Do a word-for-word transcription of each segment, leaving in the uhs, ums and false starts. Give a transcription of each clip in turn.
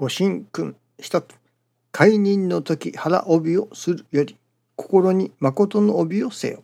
ご神君一つ。解任の時腹帯をするより、心に誠の帯をせよ。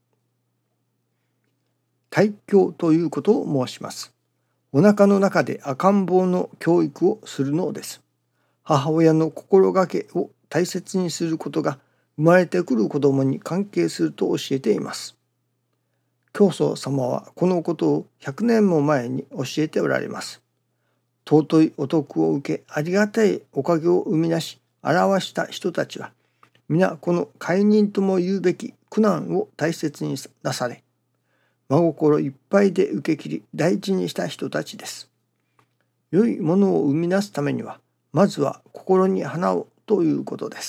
胎教ということを申します。お腹の中で赤ん坊の教育をするのです。母親の心がけを大切にすることが生まれてくる子供に関係すると教えています。教祖様はこのことをひゃくねんも前に教えておられます。尊いお徳を受け、ありがたいおかげを生み出し、表した人たちは、皆この解任とも言うべき苦難を大切になされ、真心いっぱいで受け切り大事にした人たちです。良いものを生み出すためには、まずは心に花をということです。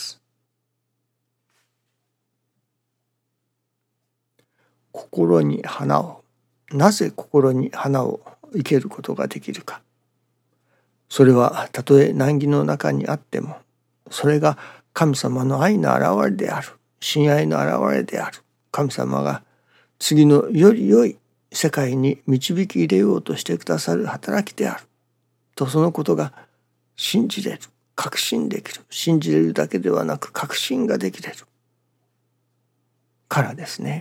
心に花を。なぜ心に花を生けることができるか。それはたとえ難儀の中にあっても、それが神様の愛の表れである、親愛の表れである。神様が次のより良い世界に導き入れようとしてくださる働きであると、そのことが信じれる、確信できる。信じれるだけではなく確信ができれるからですね。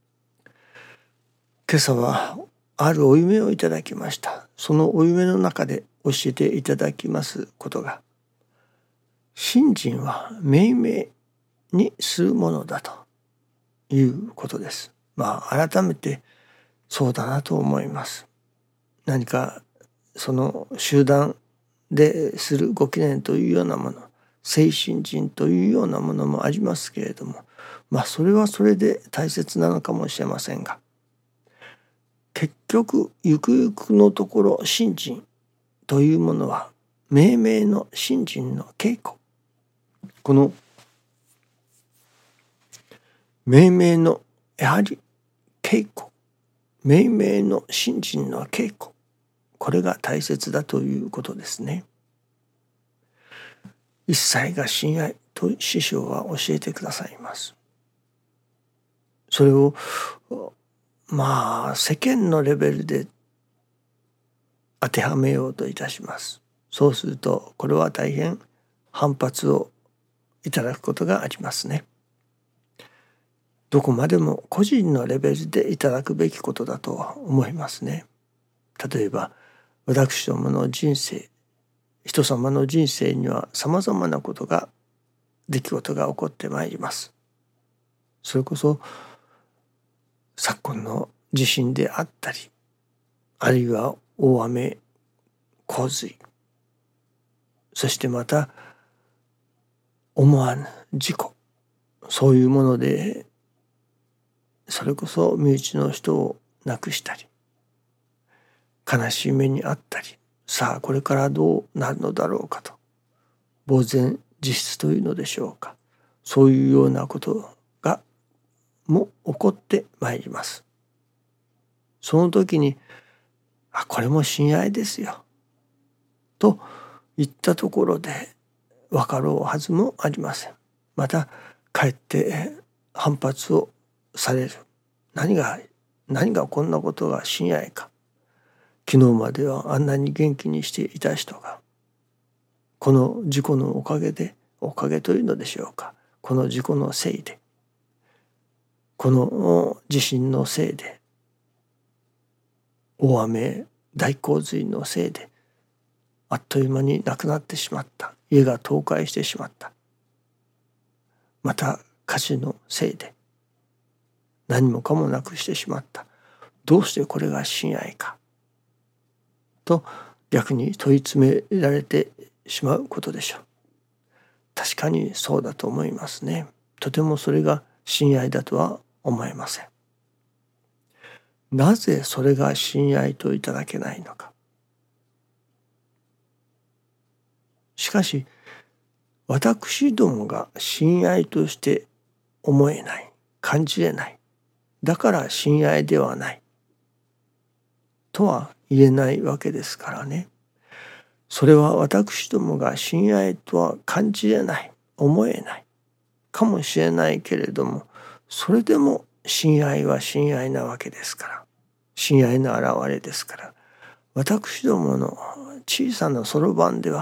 今朝はあるお夢をいただきました。そのお夢の中で教えていただきますことが、信心は命名にするものだということです。まあ改めてそうだなと思います。何かその集団でするご記念というようなもの、誠心人というようなものもありますけれども、まあそれはそれで大切なのかもしれませんが、結局ゆくゆくのところ信心というものは命名の信心の稽古。この命名のやはり稽古、命名の信心の稽古、これが大切だということですね。一切が親愛と師匠は教えてくださいます。それをまあ世間のレベルで当てはめようといたします。そうするとこれは大変反発をいただくことがありますね。どこまでも個人のレベルでいただくべきことだと思いますね。例えば私どもの人生、人様の人生にはさまざまなことが出来事が起こってまいります。それこそ昨今の地震であったり、あるいは大雨、洪水、そしてまた思わぬ事故、そういうものでそれこそ身内の人を亡くしたり、悲しい目にあったり、さあこれからどうなるのだろうかと、呆然自失というのでしょうか、そういうようなことがも起こってまいります。その時に、あ、これも親愛ですよと言ったところで分かろうはずもありません。またかえって反発をされる。何が何がこんなことが親愛か。昨日まではあんなに元気にしていた人が、この事故のおかげで、おかげというのでしょうか、この事故のせいで、この地震のせいで、大雨大洪水のせいであっという間に亡くなってしまった。家が倒壊してしまった。また火事のせいで何もかもなくしてしまった。どうしてこれが親愛かと逆に問い詰められてしまうことでしょう。確かにそうだと思いますね。とてもそれが親愛だとは思えません。なぜそれが親愛といただけないのか。しかし私どもが親愛として思えない、感じれない、だから親愛ではないとは言えないわけですからね。それは私どもが親愛とは感じれない、思えないかもしれないけれども、それでも親愛は親愛なわけですから、親愛の表れですから、私どもの小さなそろばんでは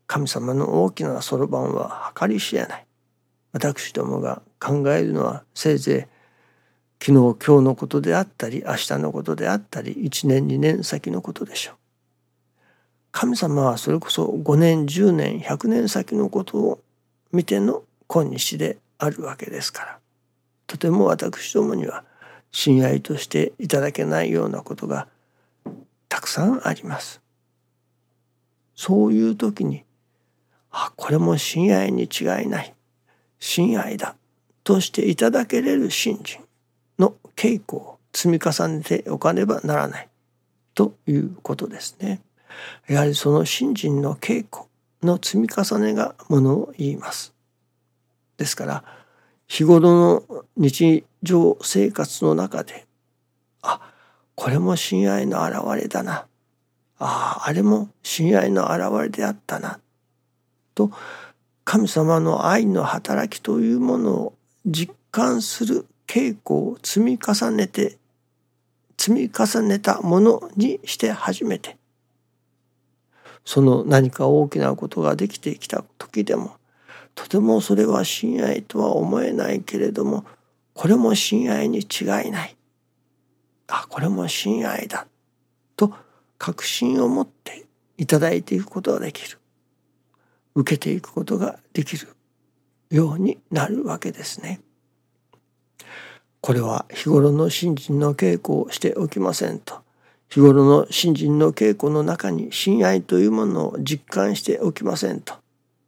神様の大きなそろばんは計り知れない。私どもが考えるのはせいぜい昨日今日のことであったり、明日のことであったり、一年二年先のことでしょう。神様はそれこそ五年十年百年先のことを見ての今日であるわけですから、とても私どもには親愛としていただけないようなことがたくさんあります。そういう時に、あ、これも親愛に違いない、親愛だとしていただけれる信心の稽古を積み重ねておかねばならないということですね。やはりその信心の稽古の積み重ねがものを言います。ですから日頃の日常生活の中で、あ、これも親愛の表れだな、ああ、あれも親愛の表れであったなと、神様の愛の働きというものを実感する稽古を積み重ねて積み重ねたものにして初めて、その何か大きなことができてきた時でも、とてもそれは親愛とは思えないけれども、これも親愛に違いない、あ、これも親愛だと確信を持っていただいていくことができる、受けていくことができるようになるわけですね。これは日頃の信心の稽古をしておきませんと、日頃の信心の稽古の中に親愛というものを実感しておきませんと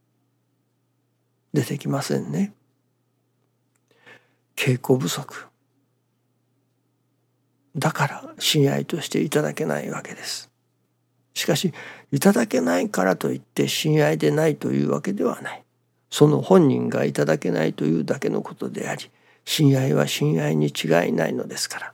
出てきませんね。稽古不足だから親愛としていただけないわけです。しかしいただけないからといって親愛でないというわけではない。その本人がいただけないというだけのことであり、親愛は親愛に違いないのですから、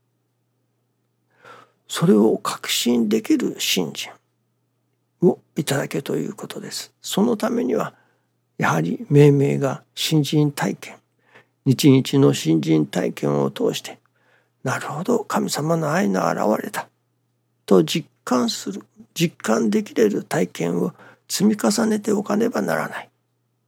それを確信できる信心をいただけということです。そのためにはやはり命名が信心体験、日々の信心体験を通して、なるほど神様の愛の現れだと実感する、実感できれる体験を積み重ねておかねばならない。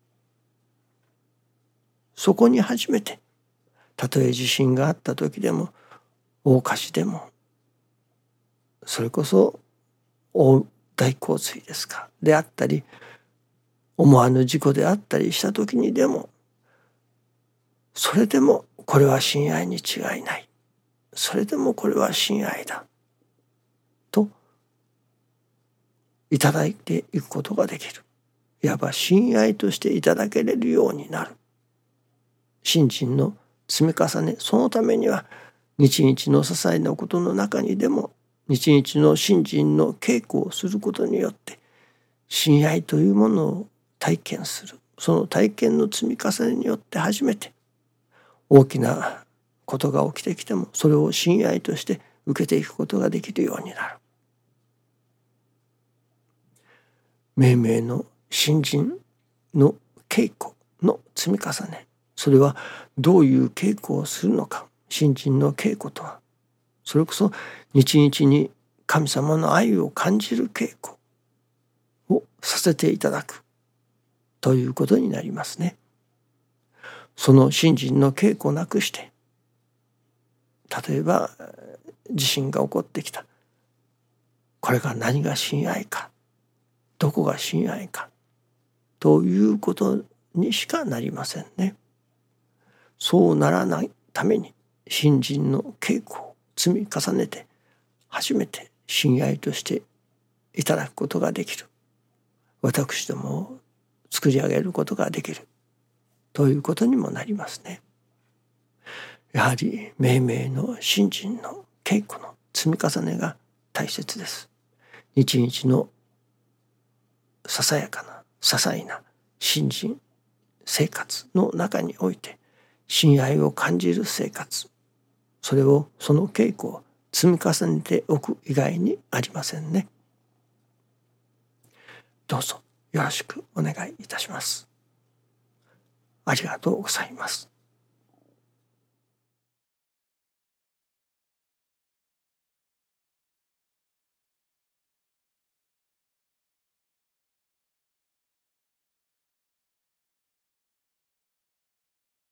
そこに初めて、たとえ地震があった時でも、大火事でも、それこそ大大洪水ですかであったり、思わぬ事故であったりした時にでも、それでもこれは親愛に違いない、それでもこれは親愛だといただいていくことができる。いわば親愛としていただけれるようになる信心の積み重ね、そのためには日々の些細なことの中にでも日々の信心の稽古をすることによって親愛というものを体験する。その体験の積み重ねによって初めて大きなことが起きてきてもそれを親愛として受けていくことができるようになる。命名の信心の稽古の積み重ね、それはどういう稽古をするのか。信心の稽古とはそれこそ日々に神様の愛を感じる稽古をさせていただくということになりますね。その信心の稽古をなくして、例えば地震が起こってきた、これが何が親愛か、どこが親愛かということにしかなりませんね。そうならないために信心の稽古を積み重ねて初めて親愛としていただくことができる、私どもを作り上げることができるということにもなりますね。やはり命名の信心の稽古の積み重ねが大切です。日々のささやかな些細な信心生活の中において親愛を感じる生活、それをその稽古を積み重ねておく以外にありませんね。どうぞよろしくお願いいたします。ありがとうございます。